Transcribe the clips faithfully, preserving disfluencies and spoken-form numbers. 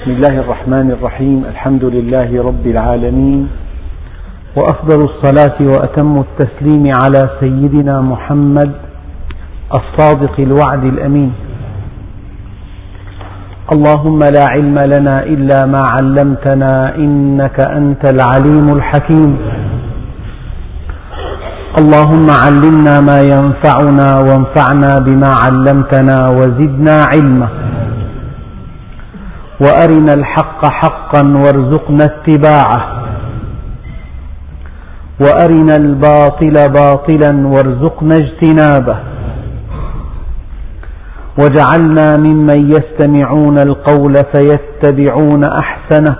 بسم الله الرحمن الرحيم. الحمد لله رب العالمين، وأفضل الصلاة وأتم التسليم على سيدنا محمد الصادق الوعد الأمين. اللهم لا علم لنا إلا ما علمتنا إنك أنت العليم الحكيم. اللهم علمنا ما ينفعنا وانفعنا بما علمتنا وزدنا علما، وأرنا الحق حقا وارزقنا اتباعه، وأرنا الباطل باطلا وارزقنا اجتنابه، واجعلنا ممن يستمعون القول فيتبعون أحسنه،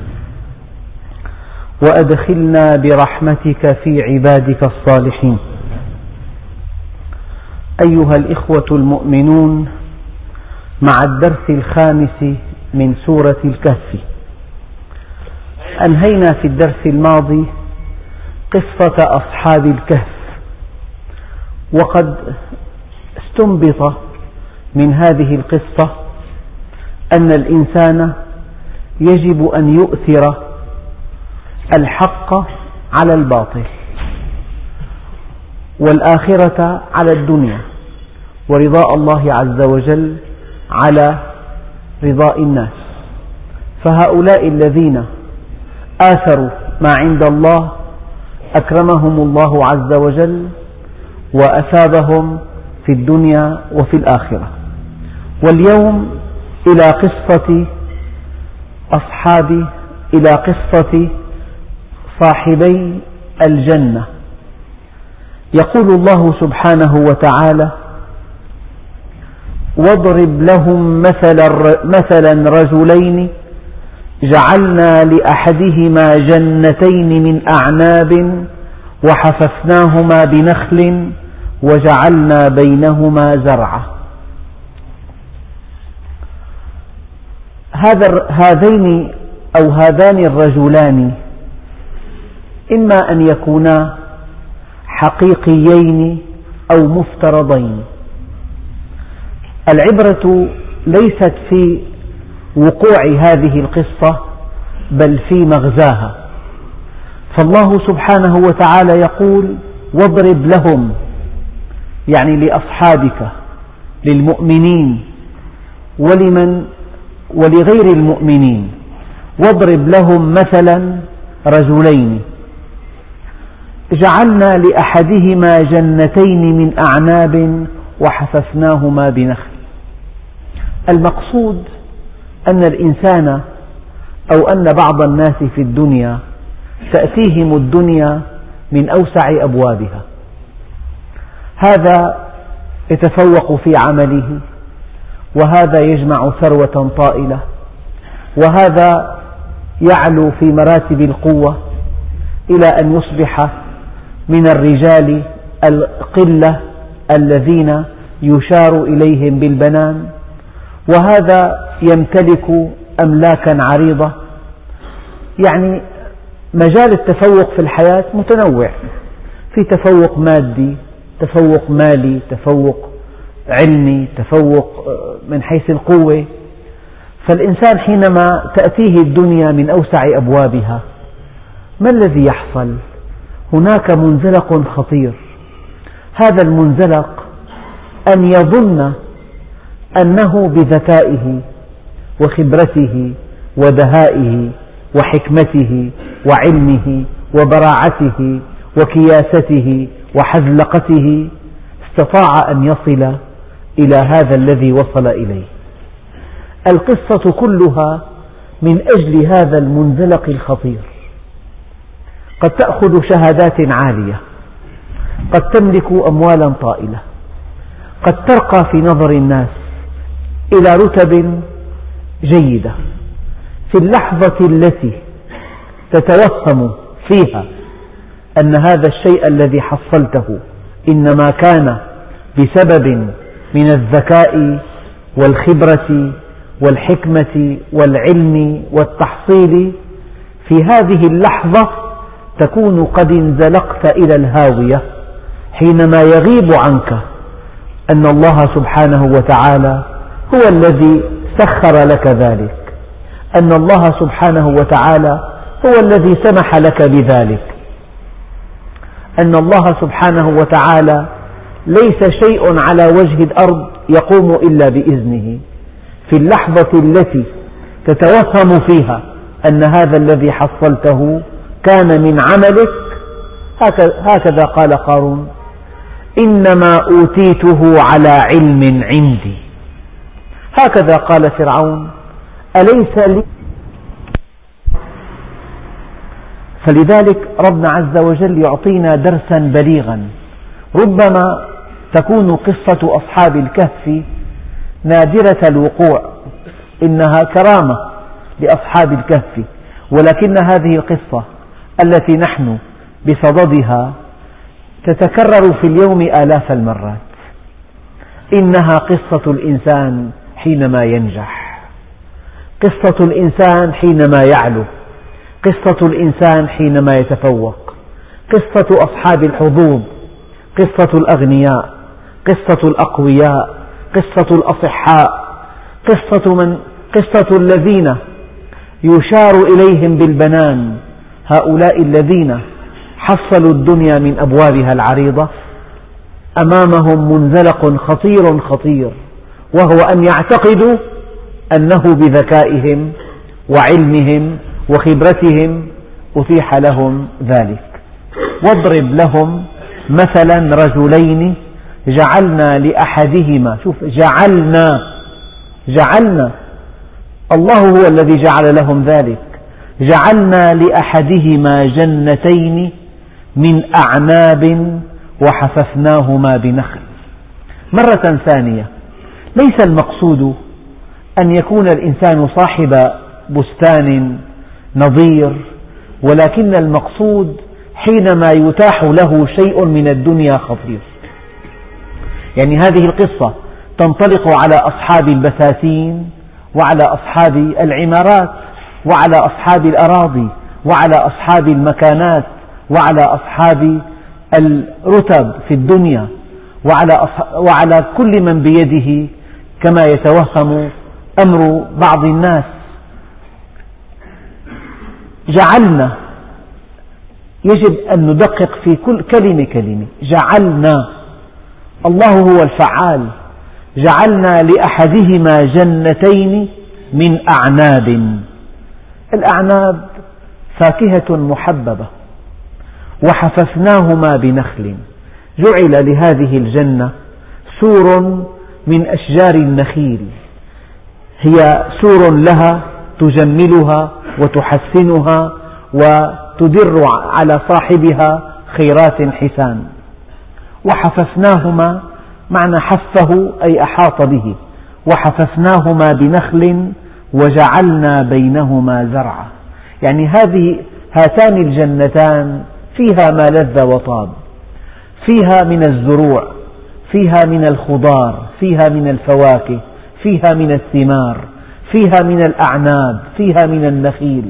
وأدخلنا برحمتك في عبادك الصالحين. أيها الإخوة المؤمنون، مع الدرس الخامس من سورة الكهف، أنهينا في الدرس الماضي قصة أصحاب الكهف، وقد استنبط من هذه القصة أن الإنسان يجب أن يؤثر الحق على الباطل، والآخرة على الدنيا، ورضاء الله عز وجل على رضاء الناس. فهؤلاء الذين آثروا ما عند الله أكرمهم الله عز وجل وأثابهم في الدنيا وفي الآخرة. واليوم إلى قصة أصحاب إلى قصة صاحبي الجنة. يقول الله سبحانه وتعالى: واضرب لهم مثلا رجلين جعلنا لأحدهما جنتين من أعناب وحففناهما بنخل وجعلنا بينهما زرعا. هذين أو هذان الرجلان إما أن يكونا حقيقيين أو مفترضين. العبرة ليست في وقوع هذه القصة بل في مغزاها. فالله سبحانه وتعالى يقول: واضرب لهم، يعني لأصحابك، للمؤمنين ولمن ولغير المؤمنين، واضرب لهم مثلا رجلين جعلنا لأحدهما جنتين من أعناب وحففناهما بنخل. المقصود أن الإنسان أو أن بعض الناس في الدنيا تأتيهم الدنيا من أوسع أبوابها. هذا يتفوق في عمله، وهذا يجمع ثروة طائلة، وهذا يعلو في مراتب القوة إلى أن يصبح من الرجال القلة الذين يشار إليهم بالبنان، وهذا يمتلك أملاكا عريضة. يعني مجال التفوق في الحياة متنوع، في تفوق مادي، تفوق مالي، تفوق علمي، تفوق من حيث القوة. فالإنسان حينما تأتيه الدنيا من أوسع أبوابها، ما الذي يحصل؟ هناك منزلق خطير. هذا المنزلق أن يظن أنه بذكائه وخبرته ودهائه وحكمته وعلمه وبراعته وكياسته وحزلقته استطاع أن يصل إلى هذا الذي وصل إليه. القصة كلها من أجل هذا المنزلق الخطير. قد تأخذ شهادات عالية، قد تملك أموالا طائلة، قد ترقى في نظر الناس إلى رتب جيدة. في اللحظة التي تتوهم فيها أن هذا الشيء الذي حصلته إنما كان بسبب من الذكاء والخبرة والحكمة والعلم والتحصيل، في هذه اللحظة تكون قد انزلقت إلى الهاوية، حينما يغيب عنك أن الله سبحانه وتعالى هو الذي سخر لك ذلك، أن الله سبحانه وتعالى هو الذي سمح لك بذلك، أن الله سبحانه وتعالى ليس شيء على وجه الأرض يقوم إلا بإذنه. في اللحظة التي تتوهم فيها أن هذا الذي حصلته كان من عملك، هكذا قال قارون: إنما أوتيته على علم عندي. هكذا قال فرعون: أليس لي؟ فلذلك ربنا عز وجل يعطينا درسا بليغا. ربما تكون قصة أصحاب الكهف نادرة الوقوع، إنها كرامة لأصحاب الكهف، ولكن هذه القصة التي نحن بصددها تتكرر في اليوم آلاف المرات. إنها قصة الإنسان حينما ينجح، قصة الإنسان حينما يعلو، قصة الإنسان حينما يتفوق، قصة أصحاب الحظوظ، قصة الأغنياء، قصة الأقوياء، قصة الأصحاء، قصة من قصة الذين يشار إليهم بالبنان، هؤلاء الذين حصلوا الدنيا من أبوابها العريضة، أمامهم منزلق خطير خطير، وهو أن يعتقدوا أنه بذكائهم وعلمهم وخبرتهم أتيح لهم ذلك. واضرب لهم مثلا رجلين جعلنا لأحدهما، شوف جعلنا جعلنا الله هو الذي جعل لهم ذلك، جعلنا لأحدهما جنتين من أعناب وحففناهما بنخل. مرة ثانية، ليس المقصود أن يكون الإنسان صاحب بستان نظير، ولكن المقصود حينما يتاح له شيء من الدنيا خطير. يعني هذه القصة تنطلق على أصحاب البساتين، وعلى أصحاب العمارات، وعلى أصحاب الأراضي، وعلى أصحاب المكانات، وعلى أصحاب الرتب في الدنيا، وعلى, وعلى كل من بيده كما يتوهم أمر بعض الناس. جعلنا، يجب أن ندقق في كل كلمة كلمة. جعلنا، الله هو الفعال. جعلنا لأحدهما جنتين من أعناب. الأعناب فاكهة محببة، وحففناهما بنخل. جعل لهذه الجنة سور من أشجار النخيل، هي سور لها تجملها وتحسنها وتدر على صاحبها خيرات حسان. وحففناهما، معنى حفه أي أحاط به، وحففناهما بنخل وجعلنا بينهما زرعا. يعني هذه هاتان الجنتان فيها ما لذ وطاب، فيها من الزروع، فيها من الخضار، فيها من الفواكه، فيها من الثمار، فيها من الأعناب، فيها من النخيل.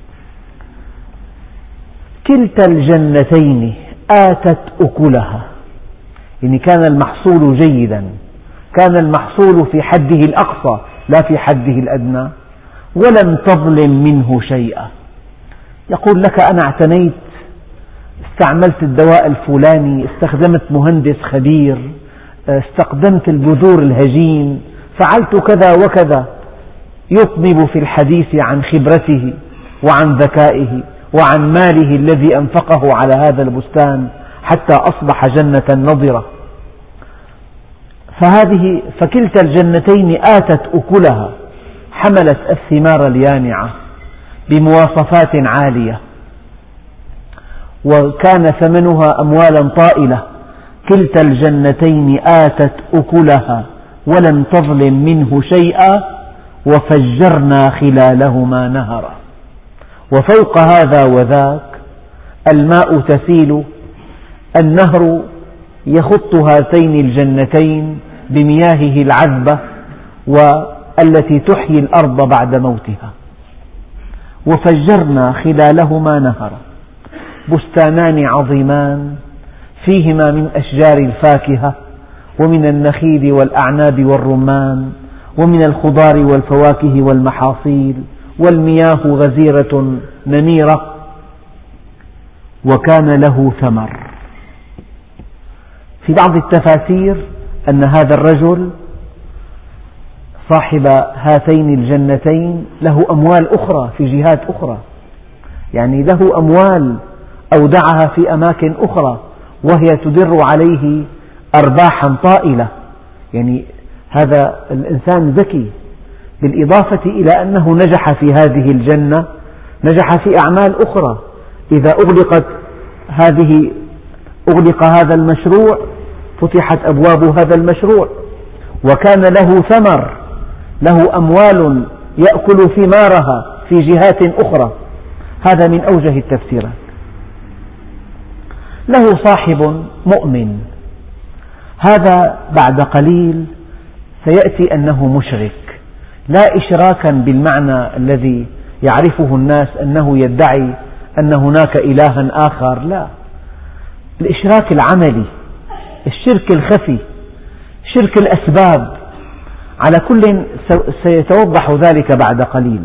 كلتا الجنتين آتت أكلها، يعني كان المحصول جيدا، كان المحصول في حده الأقصى لا في حده الأدنى، ولم تظلم منه شيئا. يقول لك: أنا اعتنيت، استعملت الدواء الفلاني، استخدمت مهندس خبير، استخدمت البذور الهجين، فعلت كذا وكذا. يطنب في الحديث عن خبرته وعن ذكائه وعن ماله الذي أنفقه على هذا البستان حتى أصبح جنة نضرة. فهذه فكلتا الجنتين آتت أكلها، حملت الثمار اليانعة بمواصفات عالية، وكان ثمنها أموالا طائلة. كلتا الجنتين آتت أكلها ولم تظلم منه شيئا وفجرنا خلالهما نهرا. وفوق هذا وذاك الماء تسيل، النهر يخط هاتين الجنتين بمياهه العذبة والتي تحيي الأرض بعد موتها. وفجرنا خلالهما نهرا، بستانان عظيمان فيهما من أشجار الفاكهة ومن النخيل والأعناب والرمان ومن الخضار والفواكه والمحاصيل والمياه غزيرة نميرة وكان له ثمر. في بعض التفاسير أن هذا الرجل صاحب هاتين الجنتين له أموال أخرى في جهات أخرى، يعني له أموال أودعها في أماكن أخرى وهي تدر عليه أرباحا طائلة. يعني هذا الإنسان ذكي، بالإضافة إلى أنه نجح في هذه الجنة نجح في أعمال أخرى. إذا أغلقت هذه أغلق هذا المشروع فتحت أبواب هذا المشروع، وكان له ثمر، له أموال يأكل ثمارها في جهات أخرى. هذا من أوجه التفسيرات. له صاحب مؤمن، هذا بعد قليل سيأتي أنه مشرك، لا إشراكا بالمعنى الذي يعرفه الناس أنه يدعي أن هناك إلها آخر، لا، الإشراك العملي، الشرك الخفي، شرك الأسباب. على كل سيتوضح ذلك بعد قليل.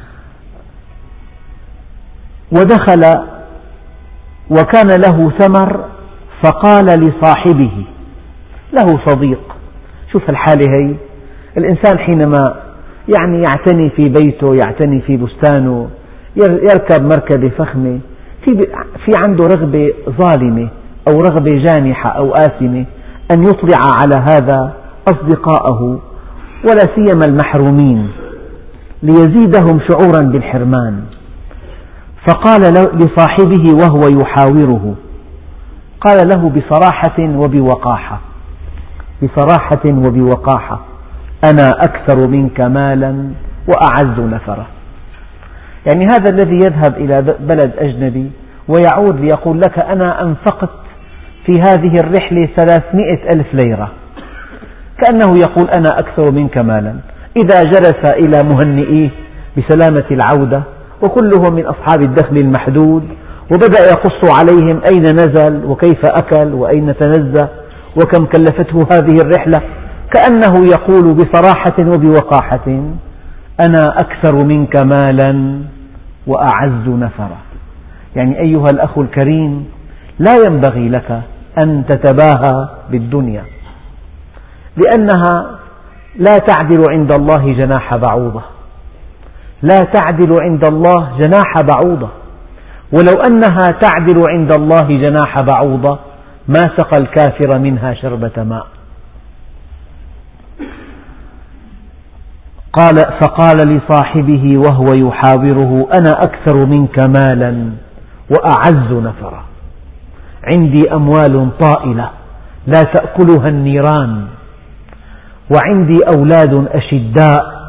ودخل وكان له ثمر فقال لصاحبه، له صديق. شوف الحالة هي، الإنسان حينما يعني يعتني في بيته، يعتني في بستانه، يركب مركبة فخمة، في في عنده رغبة ظالمة أو رغبة جانحة أو آثمة أن يطلع على هذا أصدقاءه ولا سيما المحرومين ليزيدهم شعورا بالحرمان. فقال لصاحبه وهو يحاوره، قال له بصراحة وبوقاحة بصراحة وبوقاحة: أنا أكثر منك مالا وأعز نفرا. يعني هذا الذي يذهب إلى بلد أجنبي ويعود ليقول لك أنا أنفقت في هذه الرحلة ثلاثمئة ألف ليرة، كأنه يقول أنا أكثر منك مالا. إذا جلس إلى مهنئيه بسلامة العودة وكلهم من أصحاب الدخل المحدود وبدأ يقص عليهم أين نزل وكيف أكل وأين تنزه وكم كلفته هذه الرحلة، كأنه يقول بصراحة وبوقاحة: أنا أكثر منك مالا وأعز نفرا. يعني أيها الأخ الكريم، لا ينبغي لك أن تتباهى بالدنيا، لأنها لا تعدل عند الله جناح بعوضة، لا تعدل عند الله جناح بعوضة، ولو أنها تعدل عند الله جناح بعوضة ما سقى الكافر منها شربة ماء. قال فقال لصاحبه وهو يحاوره: أنا أكثر منك مالا وأعز نفرا، عندي أموال طائلة لا تأكلها النيران، وعندي أولاد أشداء.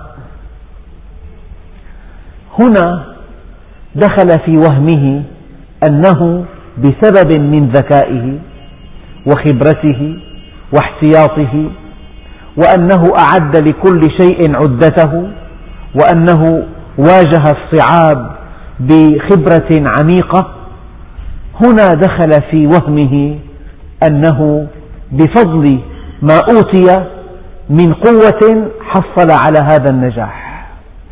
هنا دخل في وهمه أنه بسبب من ذكائه وخبرته واحتياطه، وأنه أعد لكل شيء عدته، وأنه واجه الصعاب بخبرة عميقة. هنا دخل في وهمه أنه بفضل ما أوتي من قوة حصل على هذا النجاح،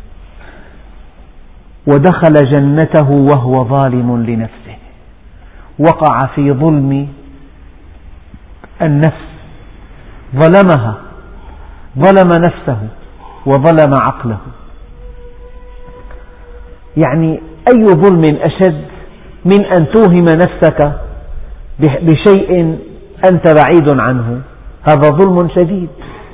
ودخل جنته وهو ظالم لنفسه، وقع في ظلم النفس، ظلمها، ظلم نفسه وظلم عقله. يعني أي ظلم أشد من أن توهم نفسك بشيء أنت بعيد عنه؟ هذا ظلم شديد.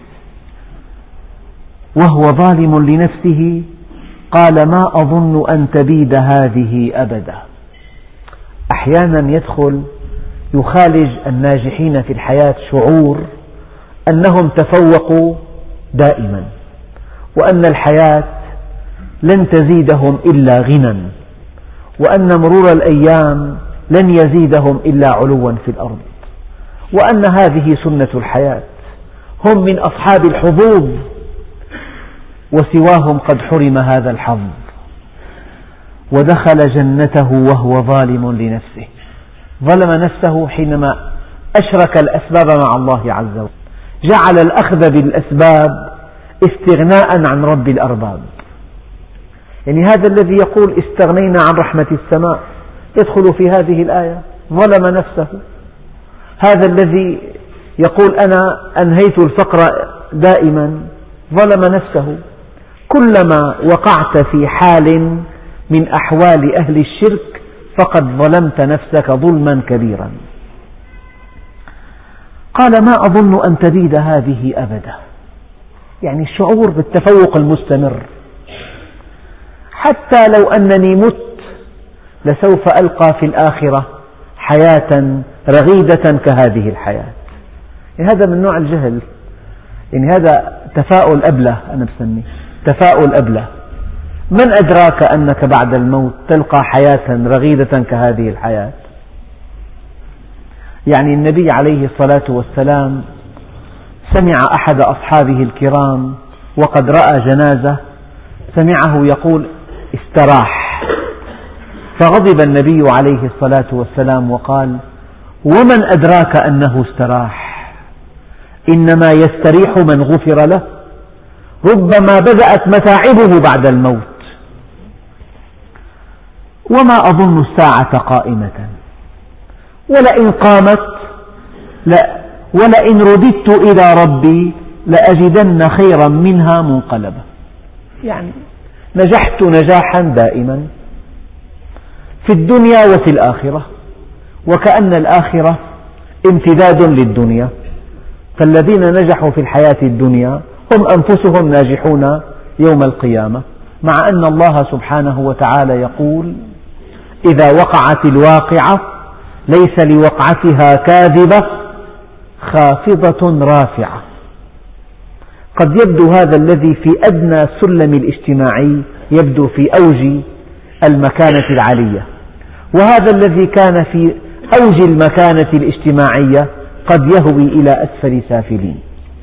وهو ظالم لنفسه قال: ما أظن أن تبيد هذه أبدا. أحيانا يدخل يخالج الناجحين في الحياة شعور أنهم تفوقوا دائما، وأن الحياة لن تزيدهم إلا غنى، وأن مرور الأيام لن يزيدهم إلا علوا في الأرض، وأن هذه سنة الحياة، هم من أصحاب الحظوظ وسواهم قد حرم هذا الحظ. ودخل جنته وهو ظالم لنفسه، ظلم نفسه حينما أشرك الأسباب مع الله عز وجل، جعل الأخذ بالأسباب استغناء عن رب الأرباب. يعني هذا الذي يقول استغنينا عن رحمة السماء يدخل في هذه الآية، ظلم نفسه. هذا الذي يقول أنا أنهيت الفقر دائما ظلم نفسه. كلما وقعت في حال من أحوال أهل الشرك فقد ظلمت نفسك ظلما كبيرا. قال ما أظن أن تبيد هذه أبدا، يعني الشعور بالتفوق المستمر. حتى لو أنني مت لسوف ألقى في الآخرة حياة رغيدة كهذه الحياة. يعني هذا من نوع الجهل، يعني هذا تفاؤل أبله، أنا بسميه تفاؤل أبله. من أدراك أنك بعد الموت تلقى حياة رغيدة كهذه الحياة؟ يعني النبي عليه الصلاة والسلام سمع أحد أصحابه الكرام وقد رأى جنازة، سمعه يقول استراح، فغضب النبي عليه الصلاة والسلام وقال ومن أدراك أنه استراح؟ إنما يستريح من غفر له، ربما بدأت متاعبه بعد الموت. وما أظن الساعة قائمة ولئن قامت لا ولئن رددت إلى ربي لأجدن خيرا منها منقلبا. يعني نجحت نجاحا دائما في الدنيا وفي الآخرة، وكأن الآخرة امتداد للدنيا، فالذين نجحوا في الحياة الدنيا هم أنفسهم ناجحون يوم القيامة، مع أن الله سبحانه وتعالى يقول إذا وقعت الواقعة ليس لوقعتها كاذبة خافضة رافعة. قد يبدو هذا الذي في أدنى السلم الاجتماعي يبدو في أوج المكانة العالية، وهذا الذي كان في أوج المكانة الاجتماعية قد يهوي إلى أسفل سافلين.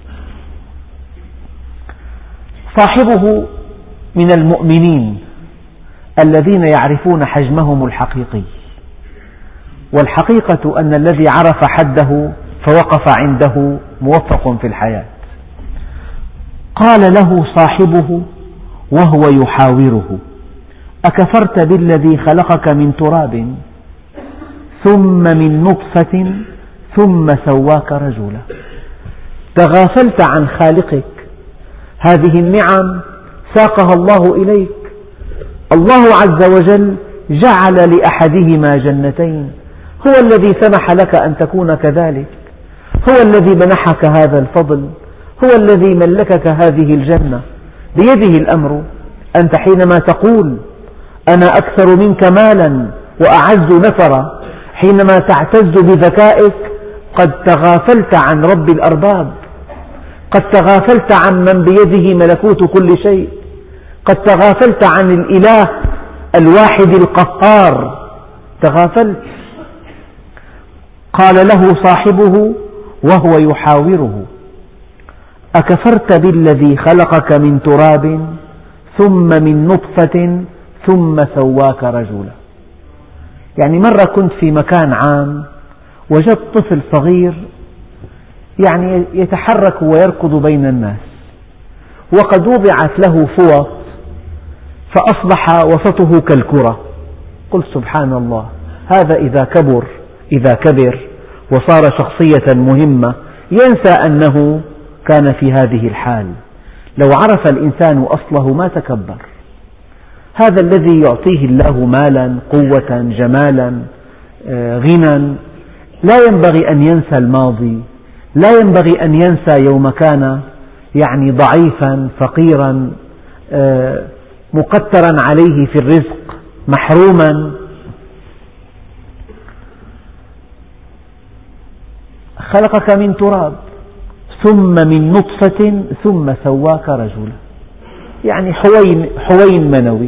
صاحبه من المؤمنين الذين يعرفون حجمهم الحقيقي، والحقيقة أن الذي عرف حده فوقف عنده موفق في الحياة. قال له صاحبه وهو يحاوره أكفرت بالذي خلقك من تراب ثم من نطفة ثم سواك رجلا؟ تغافلت عن خالقك، هذه النعم ساقها الله إليك. الله عز وجل جعل لأحدهما جنتين، هو الذي سمح لك أن تكون كذلك، هو الذي منحك هذا الفضل، هو الذي ملكك هذه الجنة، بيده الأمر. أنت حينما تقول أنا أكثر منك مالا وأعز نفرا، حينما تعتز بذكائك قد تغافلت عن رب الأرباب، قد تغافلت عن من بيده ملكوت كل شيء، قد تغافلت عن الإله الواحد القهار، تغافلت. قال له صاحبه وهو يحاوره أكفرت بالذي خلقك من تراب ثم من نطفة ثم سواك رجلا؟ يعني مرة كنت في مكان عام وجدت طفل صغير يعني يتحرك ويركض بين الناس، وقد وضعت له فوط فأصبح وسطه كالكرة. قلت سبحان الله، هذا إذا كبر إذا كبر وصار شخصية مهمة ينسى أنه كان في هذه الحال. لو عرف الإنسان أصله ما تكبر. هذا الذي يعطيه الله مالا، قوة، جمالا، غنى، لا ينبغي أن ينسى الماضي، لا ينبغي أن ينسى يوم كان يعني ضعيفا فقيرا مقترا عليه في الرزق محروما. خلقك من تراب ثم من نطفة ثم سواك رجلا، يعني حوين, حوين منوي،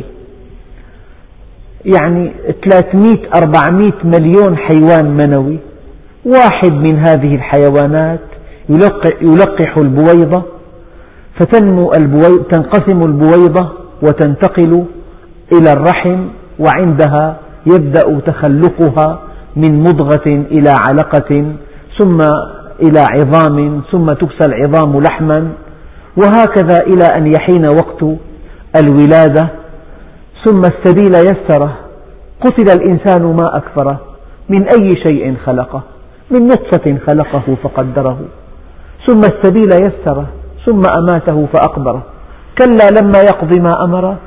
يعني ثلاثمئة أربعمئة مليون حيوان منوي، واحد من هذه الحيوانات يلقح البويضة فتنمو البويضة، تنقسم البويضة وتنتقل إلى الرحم، وعندها يبدأ تخلقها من مضغة إلى علقة ثم إلى عظام ثم تكسى العظام لحما، وهكذا إلى أن يحين وقت الولادة. ثم السبيل يسره، قتل الإنسان ما أكفره، من أي شيء خلقه، من نطفة خلقه فقدره، ثم السبيل يسره، ثم أماته فأقبره، كلا لما يقض ما أمره.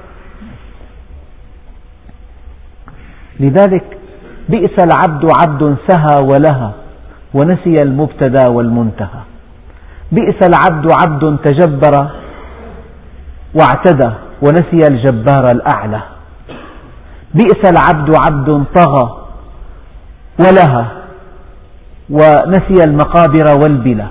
لذلك بئس العبد عبد سهى ولهى ونسي المبتدى والمنتهى. بئس العبد عبد تجبر واعتدى ونسي الجبار الأعلى. بئس العبد عبد طغى ولهى ونسي المقابر والبلى.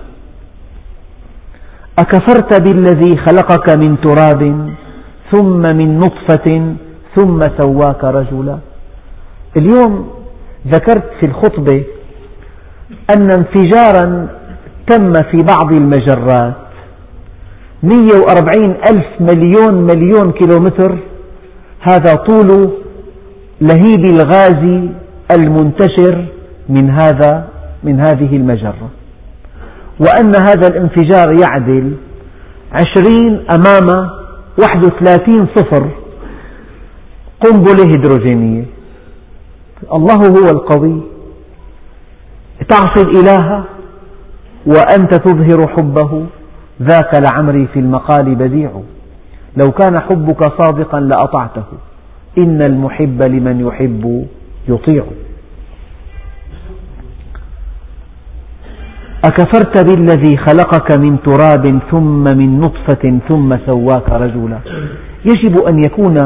أكفرت بالذي خلقك من تراب ثم من نطفة ثم سواك رجلا. اليوم ذكرت في الخطبة أن انفجارا تم في بعض المجرات مئة وأربعين ألف مليون مليون كيلومتر، هذا طول لهيب الغاز المنتشر من هذا من هذه المجرة، وأن هذا الانفجار يعدل عشرين أمام واحد وثلاثين صفر قنبلة هيدروجينية. الله هو القوي، تعصي الإله وأنت تظهر حبه، ذاك لعمري في المقال بديع، لو كان حبك صادقا لأطعته، إن المحب لمن يحب يطيع. أكفرت بالذي خلقك من تراب ثم من نطفة ثم سواك رجلا. يجب أن يكون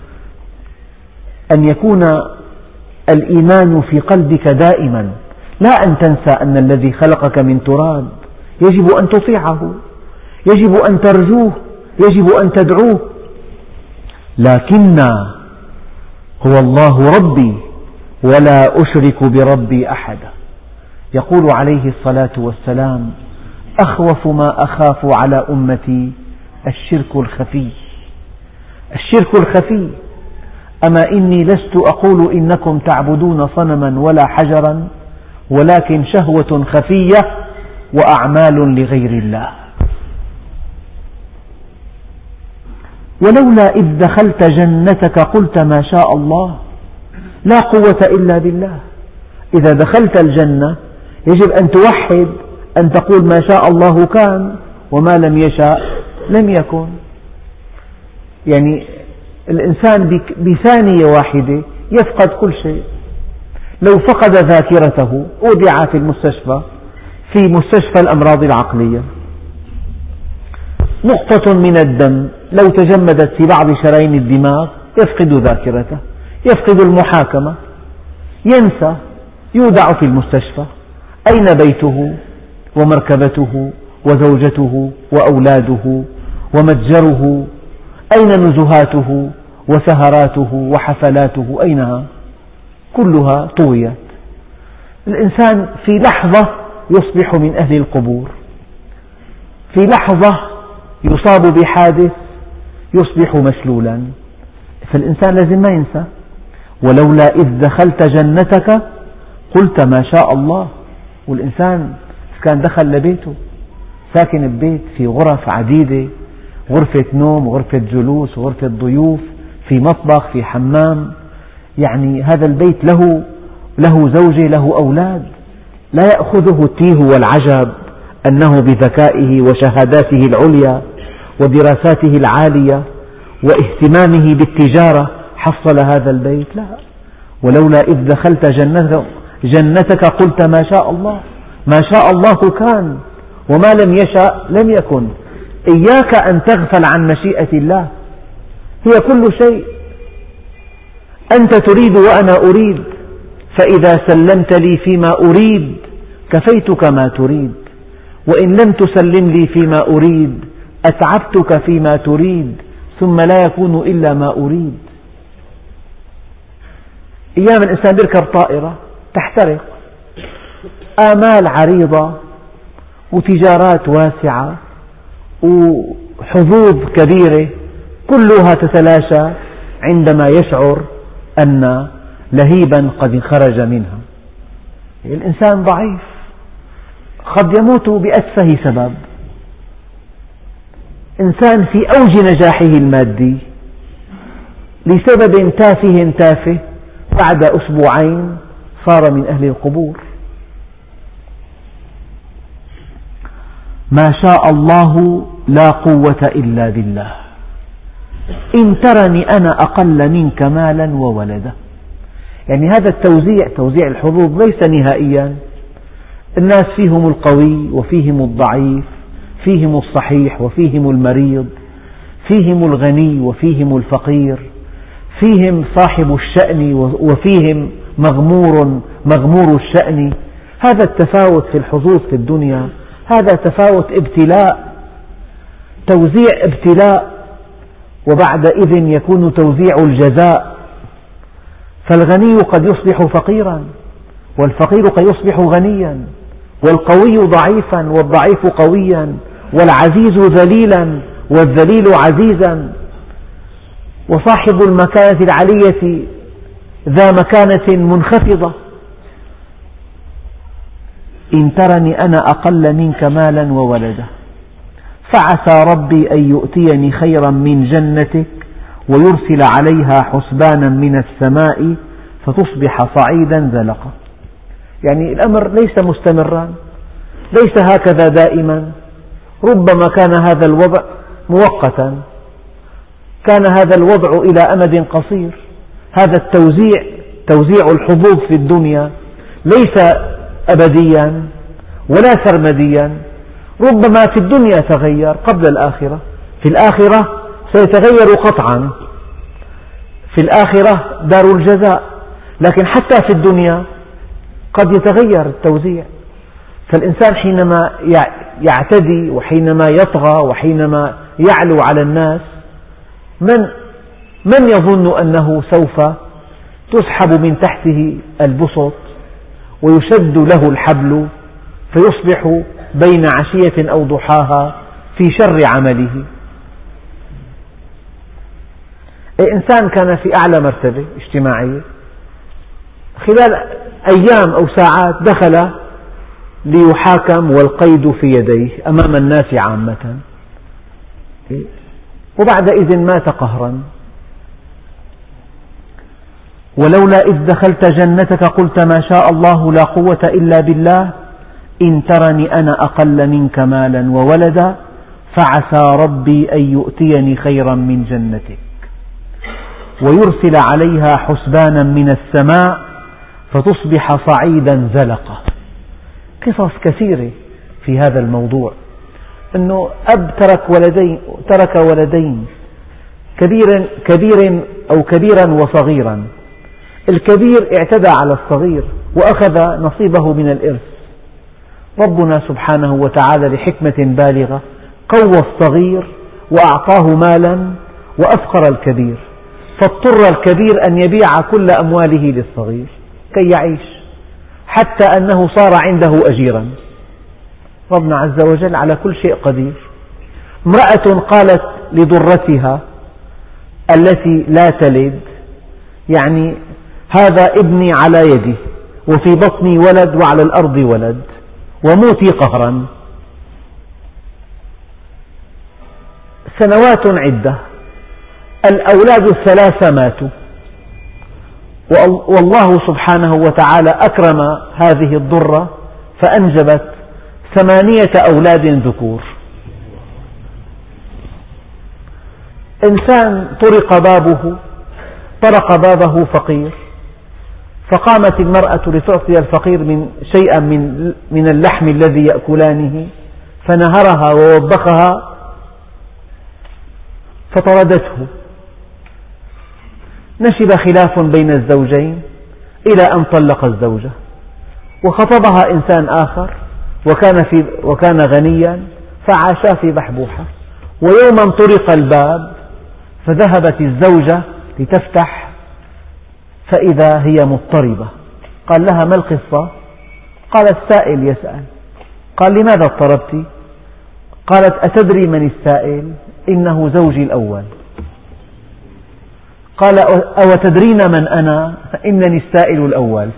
أن يكون الإيمان في قلبك دائما، لا أن تنسى أن الذي خلقك من تراب يجب أن تطيعه، يجب أن ترجوه، يجب أن تدعوه. لكن هو الله ربي ولا أشرك بربي أحدا. يقول عليه الصلاة والسلام: أخوف ما أخاف على أمتي الشرك الخفي. الشرك الخفي، أما إني لست أقول إنكم تعبدون صنما ولا حجرا، ولكن شهوة خفية وأعمال لغير الله. ولولا إذ دخلت جنتك قلت ما شاء الله، لا قوة إلا بالله. إذا دخلت الجنة يجب أن توحد، أن تقول ما شاء الله كان وما لم يشاء لم يكن. يعني الإنسان بثانية واحدة يفقد كل شيء. لو فقد ذاكرته أودع في المستشفى، في مستشفى الأمراض العقلية، نقطة من الدم لو تجمدت في بعض شرايين الدماغ يفقد ذاكرته، يفقد المحاكمة، ينسى، يودع في المستشفى. أين بيته ومركبته وزوجته وأولاده ومتجره؟ أين نزهاته وسهراته وحفلاته؟ أينها؟ كلها طويت. الإنسان في لحظة يصبح من أهل القبور، في لحظة يصاب بحادث يصبح مشلولا. فالإنسان لازم ما ينسى. ولولا إذ دخلت جنتك قلت ما شاء الله. والإنسان كان دخل لبيته، ساكن ببيت في غرف عديدة، غرفة نوم، غرفة جلوس، غرفة ضيوف، في مطبخ، في حمام، يعني هذا البيت له له زوجة، له أولاد. لا يأخذه التيه والعجب أنه بذكائه وشهاداته العليا ودراساته العالية واهتمامه بالتجارة حصل هذا البيت، لا. ولولا إذ دخلت جنتك قلت ما شاء الله. ما شاء الله كان وما لم يشأ لم يكن. إياك أن تغفل عن مشيئة الله، هي كل شيء. أنت تريد وأنا أريد، فإذا سلمت لي فيما أريد كفيتك ما تريد، وإن لم تسلم لي فيما أريد أتعبتك فيما تريد، ثم لا يكون إلا ما أريد. أيام الإنسان يركب طائرة تحترق، آمال عريضة وتجارات واسعة وحظوظ كبيرة كلها تتلاشى عندما يشعر أن لهيبا قد خرج منها. الإنسان ضعيف، قد يموت بأتفه سبب. إنسان في أوج نجاحه المادي لسبب تافه تافه بعد أسبوعين صار من أهل القبور. ما شاء الله لا قوة إلا بالله، إن ترني أنا أقل منك مالا وولدا. يعني هذا التوزيع، توزيع الحظوظ ليس نهائيا، الناس فيهم القوي وفيهم الضعيف، فيهم الصحيح وفيهم المريض، فيهم الغني وفيهم الفقير، فيهم صاحب الشأن وفيهم مغمور مغمور الشأن. هذا التفاوت في الحظوظ في الدنيا هذا تفاوت ابتلاء، توزيع ابتلاء، وبعد إذن يكون توزيع الجزاء. فالغني قد يصبح فقيرا، والفقير قد يصبح غنيا، والقوي ضعيفا والضعيف قويا، والعزيز ذليلا والذليل عزيزا، وصاحب المكانة العلية ذا مكانة منخفضة. إن ترني أنا أقل منك مالا وولدا فعسى ربي أن يؤتيني خيرا من جنتك ويرسل عليها حسبانا من السماء فتصبح صعيدا زلقا. يعني الأمر ليس مستمرا، ليس هكذا دائما، ربما كان هذا الوضع مؤقتا، كان هذا الوضع إلى أمد قصير. هذا التوزيع، توزيع الحظوظ في الدنيا ليس أبديا ولا سرمديا، ربما في الدنيا تغير قبل الآخرة، في الآخرة سيتغير قطعا، في الآخرة دار الجزاء، لكن حتى في الدنيا قد يتغير التوزيع. فالإنسان حينما يعتدي وحينما يطغى وحينما يعلو على الناس، من من يظن أنه سوف تسحب من تحته البسط ويشد له الحبل فيصبح بين عشية أو ضحاها في شر عمله؟ الإنسان كان في أعلى مرتبة اجتماعية، خلال أيام أو ساعات دخل ليحاكم والقيد في يديه أمام الناس عامة، وبعد إذن مات قهرا. ولولا إذ دخلت جنتك قلت ما شاء الله لا قوة إلا بالله إن ترني أنا أقل منك مالا وولدا فعسى ربي أن يؤتيني خيرا من جنتك ويرسل عليها حسبانا من السماء فتصبح صعيدا زلقا. قصص كثيرة في هذا الموضوع، أنه أب ترك ولدين ترك ولدين كبير كبير أو كبيرا وصغيرا، الكبير اعتدى على الصغير وأخذ نصيبه من الإرث. ربنا سبحانه وتعالى لحكمة بالغة قوى الصغير وأعطاه مالا وأفقر الكبير، فاضطر الكبير أن يبيع كل أمواله للصغير كي يعيش، حتى أنه صار عنده أجيرا. ربنا عز وجل على كل شيء قدير. امرأة قالت لضرتها التي لا تلد، يعني هذا ابني على يدي وفي بطني ولد وعلى الأرض ولد وموتي قهرا. سنوات عدة الأولاد الثلاثة ماتوا، والله سبحانه وتعالى أكرم هذه الضرة فأنجبت ثمانية أولاد ذكور. إنسان طرق بابه طرق بابه فقير، فقامت المرأة لتعطي الفقير من شيئا من من اللحم الذي يأكلانه، فنهرها ووبخها فطردته. نشب خلاف بين الزوجين إلى أن طلق الزوجة، وخطبها إنسان آخر وكان في وكان غنيا، فعاشا في بحبوحة. ويوما طرق الباب فذهبت الزوجة لتفتح فإذا هي مضطربة. قال لها ما القصة؟ قالت السائل يسأل. قال لماذا اضطربت؟ قالت أتدري من السائل؟ إنه زوجي الأول. قال أو تدرين من أنا؟ إنني السائل الأول.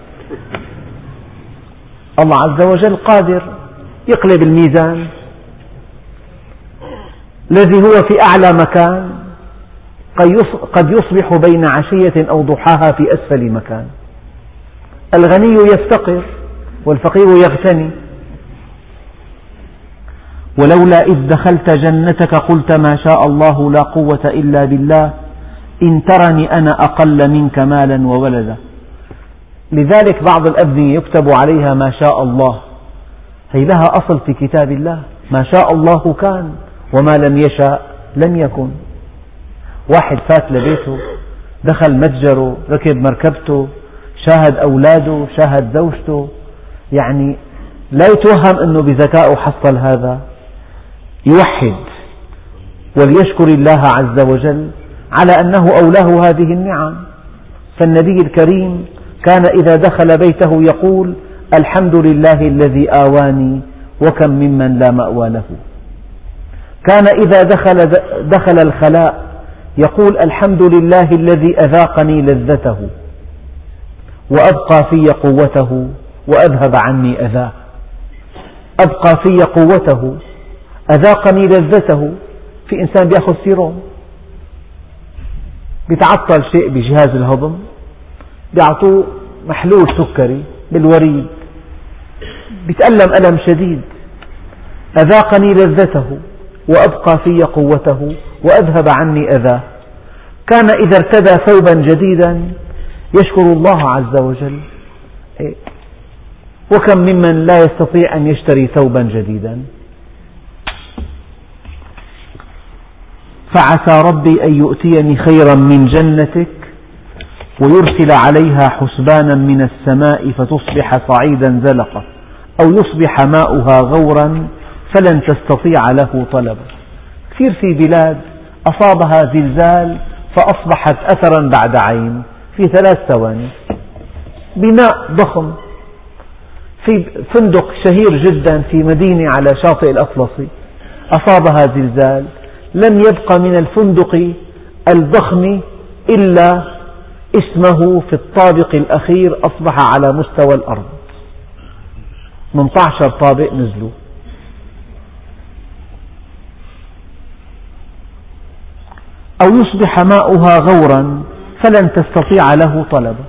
الله عز وجل قادر يقلب الميزان، الذي هو في أعلى مكان قد يصبح بين عشية أو ضحاها في أسفل مكان. الغني يفتقر والفقير يغتني. ولولا إذ دخلت جنتك قلت ما شاء الله لا قوة إلا بالله إن ترني أنا أقل منك مالا وولدا. لذلك بعض الأبنية يكتب عليها ما شاء الله، هي لها أصل في كتاب الله، ما شاء الله كان وما لم يشاء لم يكن. واحد فات لبيته، دخل متجره، ركب مركبته، شاهد أولاده، شاهد زوجته، يعني لا يتوهم أنه بذكائه حصل هذا. يوحد وليشكر الله عز وجل على أنه أولاه هذه النعم. فالنبي الكريم كان إذا دخل بيته يقول الحمد لله الذي آواني وكم ممن لا مأوى له. كان إذا دخل, دخل الخلاء يقول الحمد لله الذي أذاقني لذته وأبقى في قوته وأذهب عني أذاه. أبقى في قوته، أذاقني لذته. في إنسان بيأخذ سيروم، بيتعطل شيء بجهاز الهضم، بيعطوه محلول سكري بالوريد، بيتألم ألم شديد. أذاقني لذته وأبقى في قوته وأذهب عني أذاه. كان إذا ارتدى ثوبا جديدا يشكر الله عز وجل. وكم ممن لا يستطيع أن يشتري ثوبا جديدا. فعسى ربي أن يؤتيني خيرا من جنتك ويرسل عليها حسبانا من السماء فتصبح صعيدا زلقا أو يصبح ماؤها غورا فلن تستطيع له طلبا. كثير في بلاد أصابها زلزال فأصبحت أثرا بعد عين في ثلاث ثواني. بناء ضخم في فندق شهير جدا في مدينة على شاطئ الأطلسي أصابها زلزال، لم يبق من الفندق الضخم إلا اسمه في الطابق الأخير أصبح على مستوى الأرض. ثمانية عشر طابق نزلوا. أو يصبح ماؤها غورا فلن تستطيع له طلبا.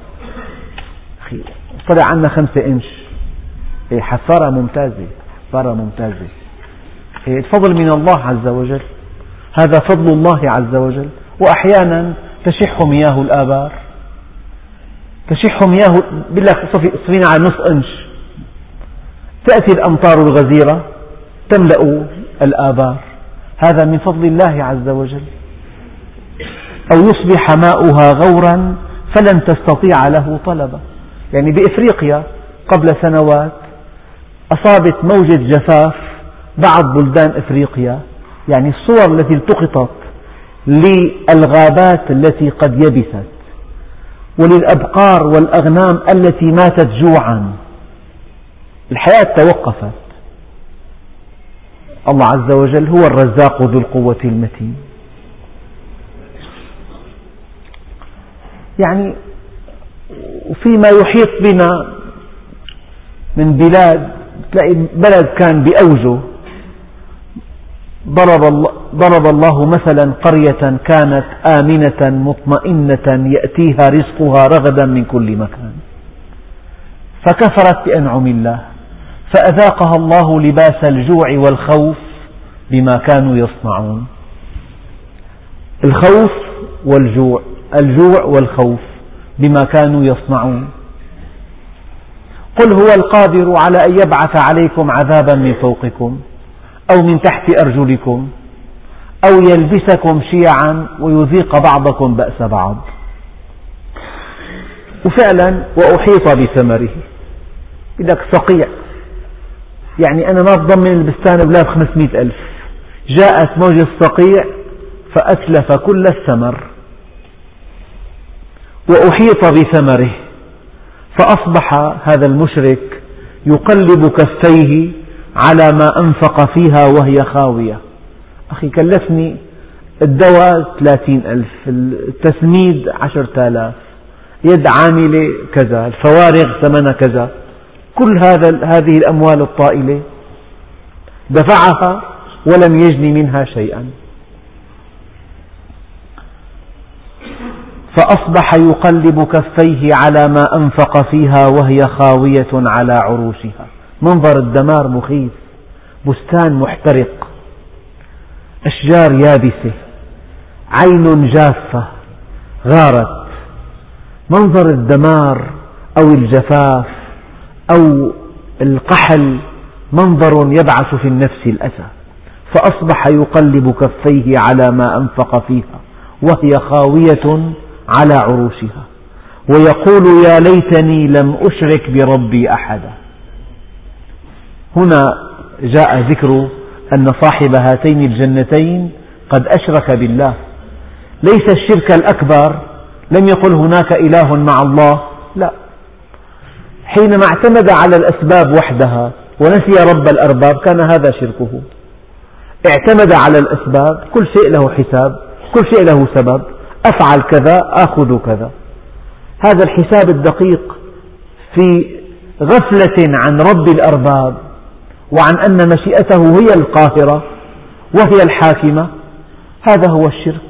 طلع عنا خمسة إنش، حفارة ممتازة، حفارة ممتازة. الفضل من الله عز وجل، هذا فضل الله عز وجل. وأحيانا تشح مياه الآبار، تشح مياه بالله صفينا على نصف إنش، تأتي الأمطار الغزيرة تملأ الآبار. هذا من فضل الله عز وجل. أو يصبح ماؤها غورا فلن تستطيع له طلبا. يعني بإفريقيا قبل سنوات أصابت موجة جفاف بعض بلدان إفريقيا، يعني الصور التي التقطت للغابات التي قد يبست وللأبقار والأغنام التي ماتت جوعا، الحياة توقفت. الله عز وجل هو الرزاق ذو القوة المتين. يعني وفيما يحيط بنا من بلاد، تلاقي بلد كان بأوجه، ضرب الله, ضرب الله مثلا قرية كانت آمنة مطمئنة يأتيها رزقها رغدا من كل مكان فكفرت بأنعم الله فأذاقها الله لباس الجوع والخوف بما كانوا يصنعون. الخوف والجوع، الجوع والخوف بما كانوا يصنعون. قل هو القادر على أن يبعث عليكم عذابا من فوقكم أو من تحت أرجلكم أو يلبسكم شيعا ويذيق بعضكم بأس بعض. وفعلا وأحيط بثمره، بدك صقيع، يعني أنا ما بضمن البستان بلا بخمسمائة ألف، جاءت موجة الصقيع فأتلف كل الثمر. وأحيط بثمره فأصبح هذا المشرك يقلب كفيه على ما أنفق فيها وهي خاوية. أخي كلفني الدواء ثلاثين ألف، التسميد عشرة آلاف، يد عاملة كذا، الفوارغ ثمنها كذا، كل هذا هذه الأموال الطائلة دفعها ولم يجني منها شيئا. فأصبح يقلب كفيه على ما أنفق فيها وهي خاوية على عروشها. منظر الدمار مخيف، بستان محترق، أشجار يابسة، عين جافة غارت. منظر الدمار أو الجفاف أو القحل منظر يبعث في النفس الأسى. فأصبح يقلب كفيه على ما أنفق فيها وهي خاوية على عروشها ويقول يا ليتني لم أشرك بربي أحدا. هنا جاء ذكر أن صاحب هاتين الجنتين قد أشرك بالله، ليس الشرك الأكبر، لم يقل هناك إله مع الله، لا، حينما اعتمد على الأسباب وحدها ونسي رب الأرباب كان هذا شركه. اعتمد على الأسباب، كل شيء له حساب، كل شيء له سبب، أفعل كذا آخذ كذا. هذا الحساب الدقيق في غفلة عن رب الأرباب وعن أن مشيئته هي القاهرة وهي الحاكمة، هذا هو الشرك.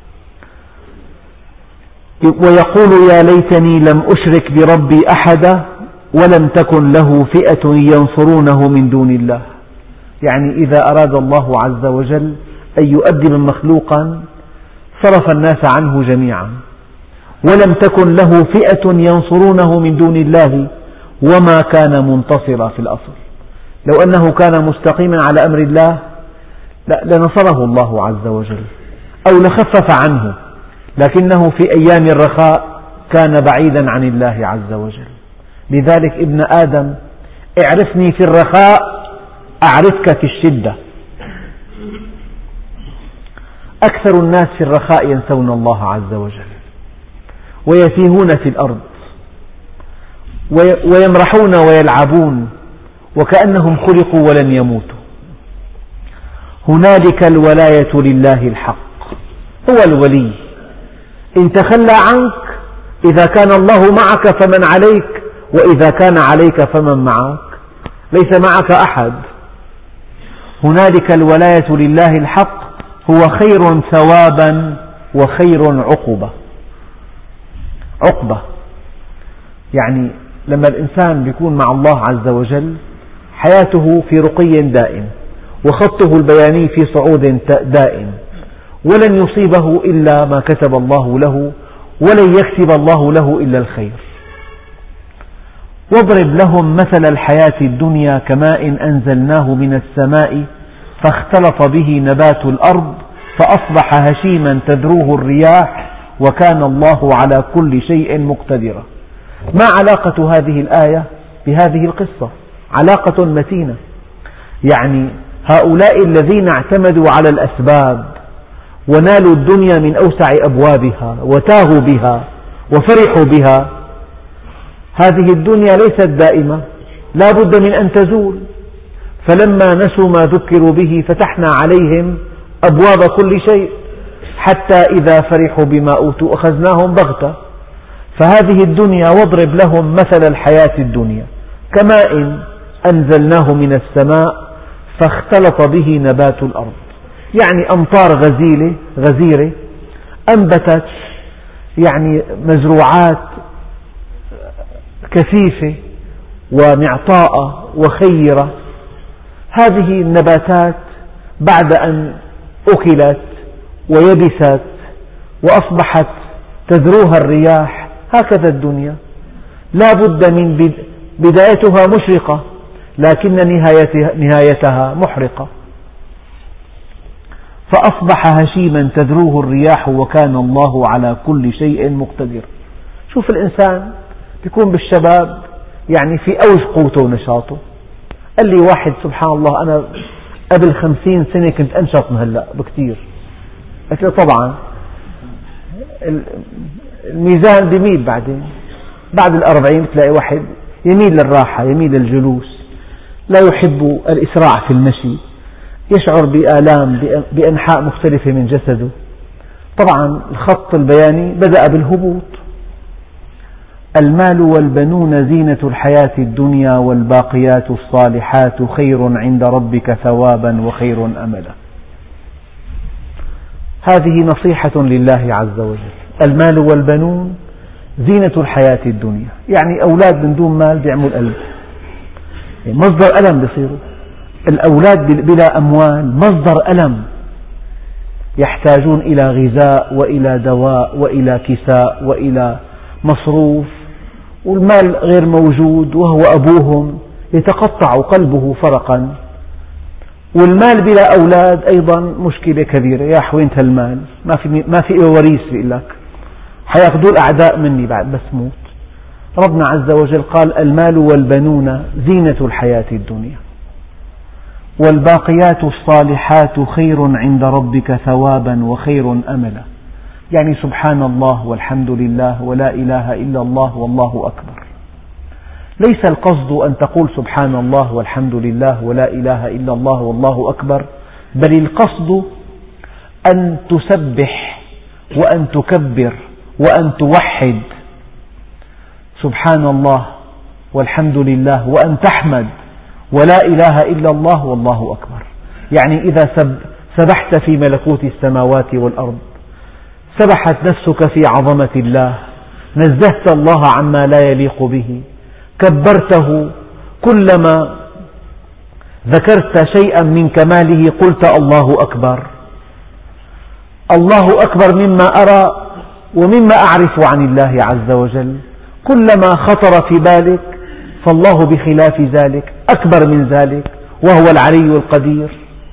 ويقول يا ليتني لم أشرك بربي أحدا ولم تكن له فئة ينصرونه من دون الله. يعني إذا أراد الله عز وجل أن يؤدب مخلوقا صرف الناس عنه جميعا، ولم تكن له فئة ينصرونه من دون الله وما كان منتصرا في الأصل. لو أنه كان مستقيما على أمر الله لنصره الله عز وجل أو لخفف عنه، لكنه في أيام الرخاء كان بعيدا عن الله عز وجل. لذلك ابن آدم اعرفني في الرخاء أعرفك في الشدة. أكثر الناس في الرخاء ينسون الله عز وجل ويتيهون في الأرض ويمرحون ويلعبون وكأنهم خلقوا ولم يموتوا. هنالك الولاية لله الحق، هو الولي. إن تخلى عنك، إذا كان الله معك فمن عليك، وإذا كان عليك فمن معك، ليس معك أحد. هنالك الولاية لله الحق، هو خير ثوابا وخير عقبة. عقبة يعني لما الإنسان يكون مع الله عز وجل حياته في رقي دائم وخطه البياني في صعود دائم، ولن يصيبه إلا ما كتب الله له، ولن يكتب الله له إلا الخير. واضرب لهم مثل الحياة الدنيا كماء أنزلناه من السماء فاختلط به نبات الأرض فأصبح هشيما تذروه الرياح وكان الله على كل شيء مقتدرا. ما علاقة هذه الآية بهذه القصة؟ علاقة متينة. يعني هؤلاء الذين اعتمدوا على الأسباب ونالوا الدنيا من أوسع أبوابها وتاهوا بها وفرحوا بها، هذه الدنيا ليست دائمة، لا بد من أن تزول. فلما نسوا ما ذكروا به فتحنا عليهم أبواب كل شيء حتى إذا فرحوا بما أوتوا أخذناهم بغتة. فهذه الدنيا واضرب لهم مثل الحياة الدنيا كماء أنزلناه من السماء فاختلط به نبات الأرض، يعني أمطار غزيرة غزيرة أنبتت يعني مزروعات كثيفة ومعطاءة وخيرة. هذه النباتات بعد أن أكلت ويبست وأصبحت تذروها الرياح، هكذا الدنيا لا بد من بدايتها مشرقة لكن نهايتها محرقة. فأصبح هشيما تذروه الرياح وكان الله على كل شيء مقتدر. شوف الإنسان يكون بالشباب يعني في أوج قوته ونشاطه. قال لي واحد سبحان الله أنا قبل خمسين سنة كنت أنشط من هلأ بكثير. قلت له طبعا الميزان بيميل، بعدين بعد الأربعين تلاقي واحد يميل للراحة، يميل للجلوس، لا يحب الإسراع في المشي، يشعر بآلام بأنحاء مختلفة من جسده. طبعا الخط البياني بدأ بالهبوط. المال والبنون زينة الحياة الدنيا والباقيات الصالحات خير عند ربك ثوابا وخير أملا. هذه نصيحة لله عز وجل. المال والبنون زينة الحياة الدنيا، يعني أولاد من دون مال بيعملوا قلب، مصدر ألم بيصيروا. الأولاد بلا أموال مصدر ألم، يحتاجون إلى غذاء وإلى دواء وإلى كساء وإلى مصروف، والمال غير موجود وهو أبوهم يتقطع قلبه فرقا. والمال بلا أولاد أيضا مشكلة كبيرة، يا حوينة المال ما في ما في وريث، بيقول لك حيأخذوا الأعداء مني بعد بس موت. ربنا عز وجل قال المال والبنون زينة الحياة الدنيا والباقيات الصالحات خير عند ربك ثوابا وخير أملا. يعني سبحان الله والحمد لله ولا إله إلا الله والله أكبر. ليس القصد أن تقول سبحان الله والحمد لله ولا إله إلا الله والله أكبر، بل القصد أن تسبح وأن تكبر وأن توحد سبحان الله والحمد لله وأن تحمد ولا إله إلا الله والله أكبر. يعني إذا سبحت في ملكوت السماوات والأرض، سبحت نفسك في عظمة الله، نزهت الله عما لا يليق به، كبرته، كلما ذكرت شيئا من كماله قلت الله أكبر. الله أكبر مما أرى ومما أعرف عن الله عز وجل، كلما خطر في بالك فالله بخلاف ذلك أكبر من ذلك وهو العلي القدير.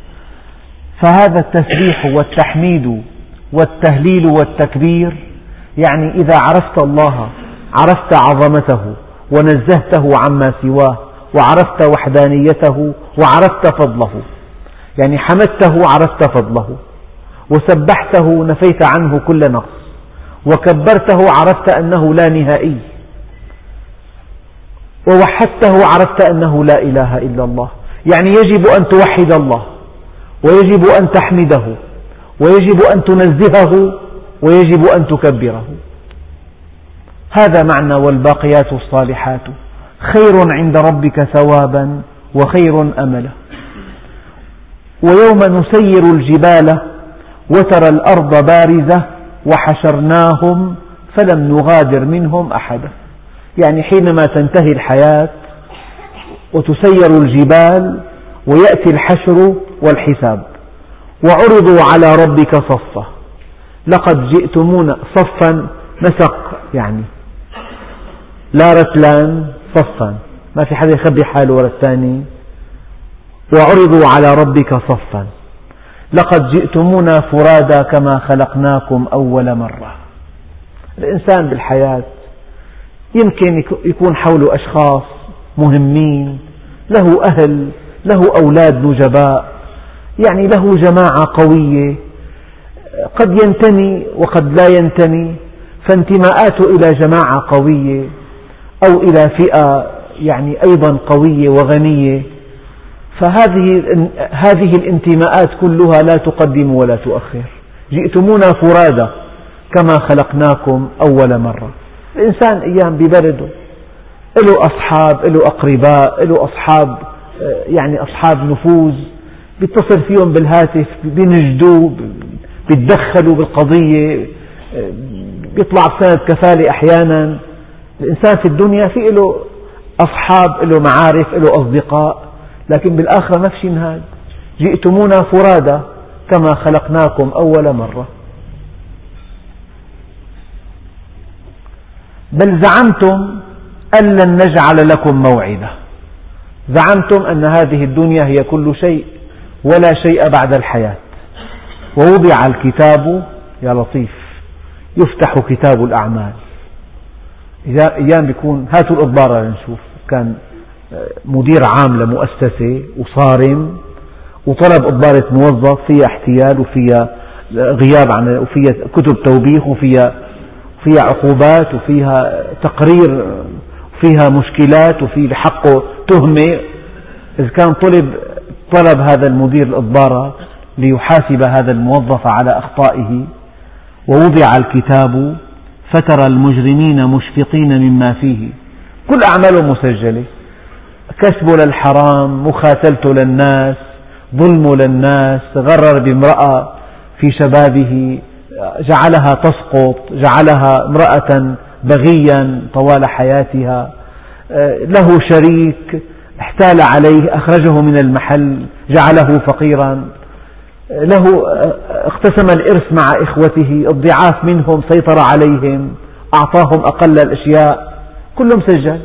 فهذا التسبيح والتحميد والتهليل والتكبير، يعني إذا عرفت الله عرفت عظمته ونزهته عما سواه وعرفت وحدانيته وعرفت فضله، يعني حمدته عرفت فضله، وسبحته نفيت عنه كل نقص، وكبرته عرفت أنه لا نهائي، ووحدته عرفت أنه لا إله إلا الله. يعني يجب أن توحد الله، ويجب أن تحمده، ويجب أن تنزهه، ويجب أن تكبره. هذا معنى والباقيات الصالحات خير عند ربك ثوابا وخير أملا. ويوم نسير الجبال وترى الأرض بارزة وحشرناهم فلم نغادر منهم أحدا. يعني حينما تنتهي الحياة وتسير الجبال ويأتي الحشر والحساب، وعرضوا على ربك صفا لقد جئتمونا صفا، نسق يعني لا رتلان، صفا ما في حدا يخبي حاله ولا الثاني. وعرضوا على ربك صفا لقد جئتمونا فرادا كما خلقناكم أول مرة. الإنسان بالحياة يمكن يكون حوله أشخاص مهمين، له أهل، له أولاد نجباء، يعني له جماعة قوية، قد ينتمي وقد لا ينتمي، فانتماءاته إلى جماعة قوية أو إلى فئة يعني أيضا قوية وغنية، فهذه هذه الانتماءات كلها لا تقدم ولا تؤخر. جئتمونا فرادا كما خلقناكم أول مرة. الإنسان أيام ببرده له أصحاب، له أقرباء، له أصحاب يعني أصحاب نفوذ، بيتصل فيهم بالهاتف، بينجدوا، بيتدخلوا بالقضية، بيطلع بسند كفالة أحيانا. الإنسان في الدنيا في له أصحاب، له معارف، له أصدقاء، لكن بالآخرة ما في شيء من هذا. جئتمونا فرادا كما خلقناكم أول مرة. بل زعمتم أن لن نجعل لكم موعدا. زعمتم أن هذه الدنيا هي كل شيء ولا شيء بعد الحياة. ووضع الكتاب، يا لطيف، يفتح كتاب الأعمال. أيام بيكون هاتوا الإضبارة لنشوف، كان مدير عام لمؤسسة وصارم وطلب إضبارة موظف فيها احتيال وفيها غياب عن وفيها كتب توبيخ وفيها فيها عقوبات وفيها تقرير وفيها مشكلات وفي بحقه تهمة. إذا كان طلب طلب هذا المدير الإضبارة ليحاسب هذا الموظف على أخطائه. ووضع الكتاب فترى المجرمين مشفقين مما فيه، كل أعماله مسجلة، كسبه للحرام، مخاتلته للناس، ظلمه للناس، غرر بامرأة في شبابه، جعلها تسقط، جعلها امرأة بغيا طوال حياتها، له شريك احتال عليه أخرجه من المحل جعله فقيرا، له اقتسم الإرث مع إخوته، الضعاف منهم سيطر عليهم، أعطاهم أقل الأشياء، كله مسجل.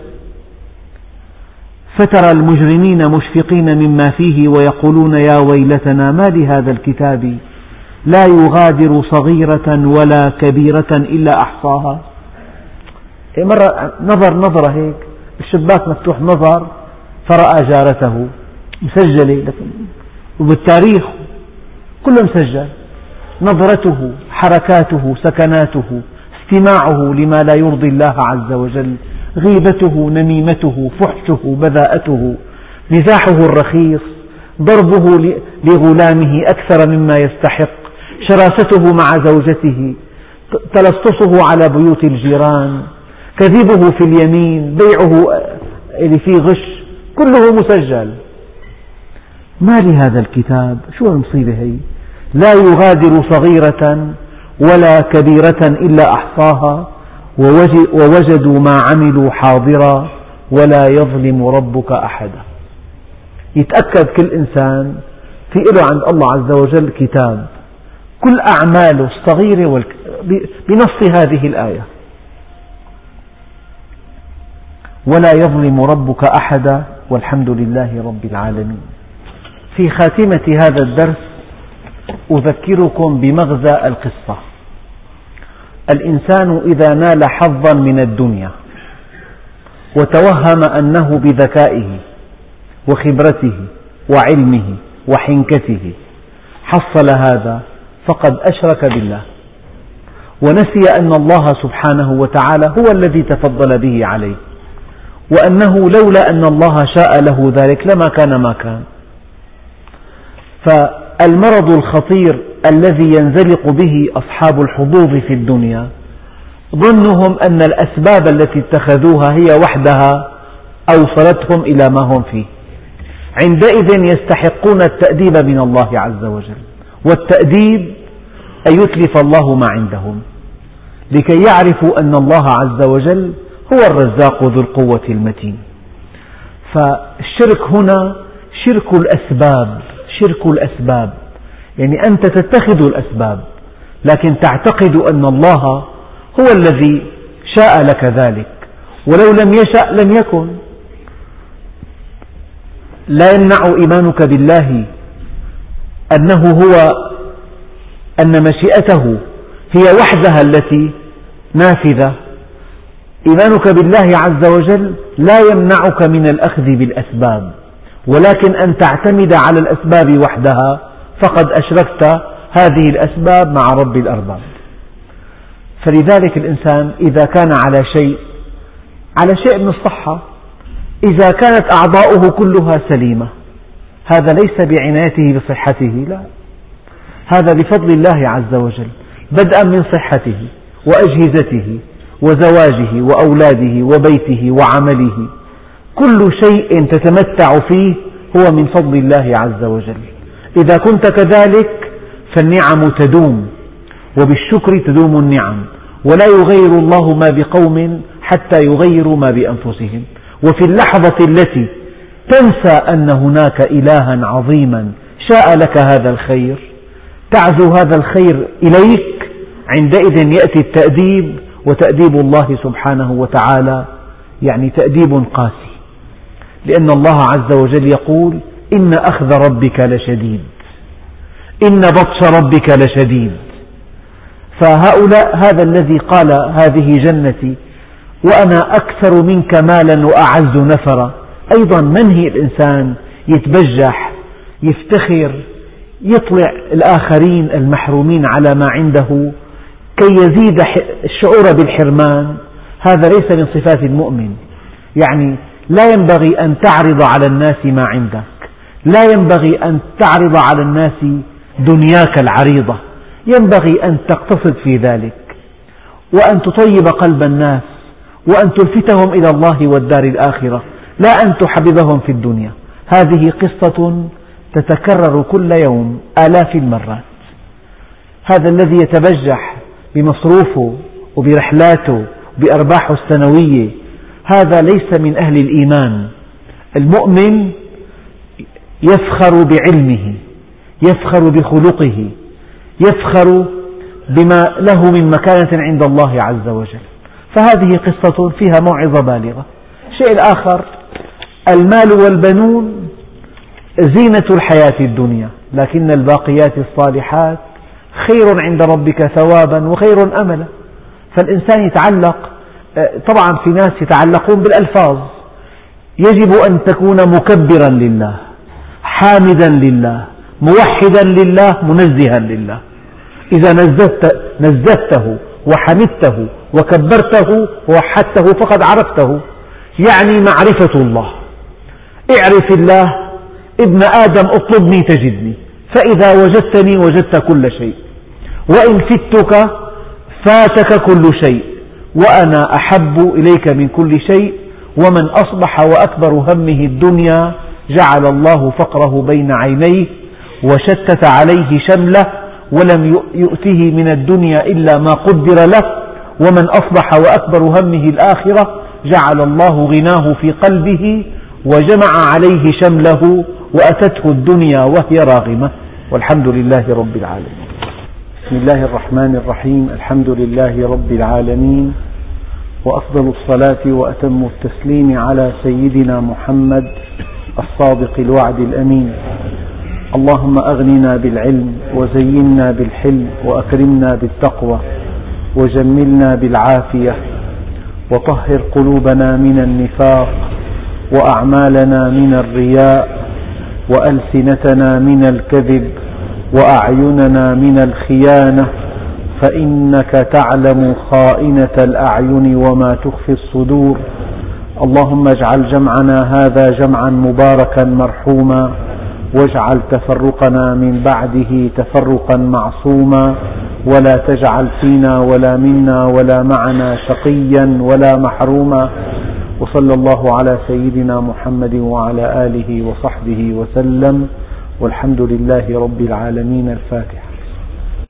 فترى المجرمين مشفقين مما فيه ويقولون يا ويلتنا ما لهذا الكتاب لا يغادر صغيرة ولا كبيرة إلا أحصاها. مرة نظر نظرة هيك الشباك مفتوح نظر فرأى جارته مسجلة وبالتاريخ كله مسجل، نظرته، حركاته، سكناته، استماعه لما لا يرضي الله عز وجل، غيبته، نميمته، فحشه، بذاءته، مزاحه الرخيص، ضربه لغلامه أكثر مما يستحق، شراسته مع زوجته، تلصصه على بيوت الجيران، كذبه في اليمين، بيعه اللي فيه غش، كله مسجل. ما لهذا الكتاب، شو المصيبة هي؟ لا يغادر صغيرة ولا كبيرة إلا أحصاها ووجدوا ما عملوا حاضرا ولا يظلم ربك أحدا. يتأكد كل إنسان في له عند الله عز وجل كتاب كل أعماله الصغيرة بنص هذه الآية، ولا يظلم ربك أحدا والحمد لله رب العالمين. في خاتمة هذا الدرس أذكركم بمغزى القصة. الإنسان إذا نال حظا من الدنيا وتوهم أنه بذكائه وخبرته وعلمه وحنكته حصل هذا فقد أشرك بالله، ونسي أن الله سبحانه وتعالى هو الذي تفضل به عليه، وأنه لولا أن الله شاء له ذلك لما كان ما كان. فالمرض الخطير الذي ينزلق به أصحاب الحظوظ في الدنيا ظنهم أن الأسباب التي اتخذوها هي وحدها أوصلتهم إلى ما هم فيه، عندئذ يستحقون التأديب من الله عز وجل، والتأديب أن يتلف الله ما عندهم لكي يعرفوا أن الله عز وجل هو الرزاق ذو القوة المتين. فالشرك هنا شرك الأسباب، شرك الأسباب يعني أنت تتخذ الأسباب لكن تعتقد أن الله هو الذي شاء لك ذلك، ولو لم يشأ لم يكن. لا يمنع إيمانك بالله أنه هو أن مشيئته هي وحدها التي نافذة. إيمانك بالله عز وجل لا يمنعك من الأخذ بالأسباب، ولكن أن تعتمد على الأسباب وحدها فقد أشركت هذه الأسباب مع رب الأرباب. فلذلك الإنسان إذا كان على شيء على شيء من الصحة، إذا كانت أعضاؤه كلها سليمة، هذا ليس بعنايته بصحته، لا، هذا بفضل الله عز وجل، بدءا من صحته وأجهزته وزواجه وأولاده وبيته وعمله، كل شيء تتمتع فيه هو من فضل الله عز وجل. إذا كنت كذلك فالنعم تدوم، وبالشكر تدوم النعم، ولا يغير الله ما بقوم حتى يغيروا ما بأنفسهم. وفي اللحظة التي تنسى أن هناك إلها عظيما شاء لك هذا الخير، تعزو هذا الخير إليك، عندئذ يأتي التأديب، وتأديب الله سبحانه وتعالى يعني تأديب قاسي، لأن الله عز وجل يقول إن أخذ ربك لشديد، إن بطش ربك لشديد. فهؤلاء هذا الذي قال هذه جنتي وأنا أكثر منك مالا وأعز نفرا، أيضا منهي الإنسان يتبجح، يفتخر، يطلع الآخرين المحرومين على ما عنده كي يزيد الشعور بالحرمان، هذا ليس من صفات المؤمن. يعني لا ينبغي أن تعرض على الناس ما عندك، لا ينبغي أن تعرض على الناس دنياك العريضة، ينبغي أن تقتصد في ذلك، وأن تطيب قلب الناس، وأن تلفتهم إلى الله والدار الآخرة، لا أن تحببهم في الدنيا. هذه قصة تتكرر كل يوم آلاف المرات. هذا الذي يتبجح بمصروفه وبرحلاته وبأرباحه السنوية، هذا ليس من أهل الإيمان. المؤمن يفخر بعلمه، يفخر بخلقه، يفخر بما له من مكانة عند الله عز وجل. فهذه قصة فيها موعظة بالغة. الشيء الآخر، المال والبنون زينة الحياة الدنيا، لكن الباقيات الصالحات خير عند ربك ثوابا وخير أملا. فالإنسان يتعلق، طبعا في ناس يتعلقون بالألفاظ، يجب أن تكون مكبرا لله، حامدا لله، موحدا لله، منزها لله. إذا نزهت نزهته وحمدته وكبرته ووحدته فقد عرفته، يعني معرفة الله. اعرف الله، ابن آدم اطلبني تجدني، فإذا وجدتني وجدت كل شيء، وإن فتك فاتك كل شيء، وأنا أحب إليك من كل شيء. ومن أصبح وأكبر همه الدنيا جعل الله فقره بين عينيه وشتت عليه شمله، ولم يؤته من الدنيا إلا ما قدر له. ومن أصبح وأكبر همه الآخرة جعل الله غناه في قلبه وجمع عليه شمله وأتته الدنيا وهي راغمة، والحمد لله رب العالمين. بسم الله الرحمن الرحيم. الحمد لله رب العالمين، وأفضل الصلاة وأتم التسليم على سيدنا محمد الصادق الوعد الأمين. اللهم أغننا بالعلم، وزينا بالحلم، وأكرمنا بالتقوى، وجملنا بالعافية، وطهر قلوبنا من النفاق، وأعمالنا من الرياء، وألسنتنا من الكذب، وأعيننا من الخيانة، فإنك تعلم خائنة الأعين وما تخفي الصدور. اللهم اجعل جمعنا هذا جمعا مباركا مرحوما، واجعل تفرقنا من بعده تفرقا معصوما، ولا تجعل فينا ولا منا ولا معنا شقيا ولا محروما. وصلى الله على سيدنا محمد وعلى آله وصحبه وسلم، والحمد لله رب العالمين. الفاتحة.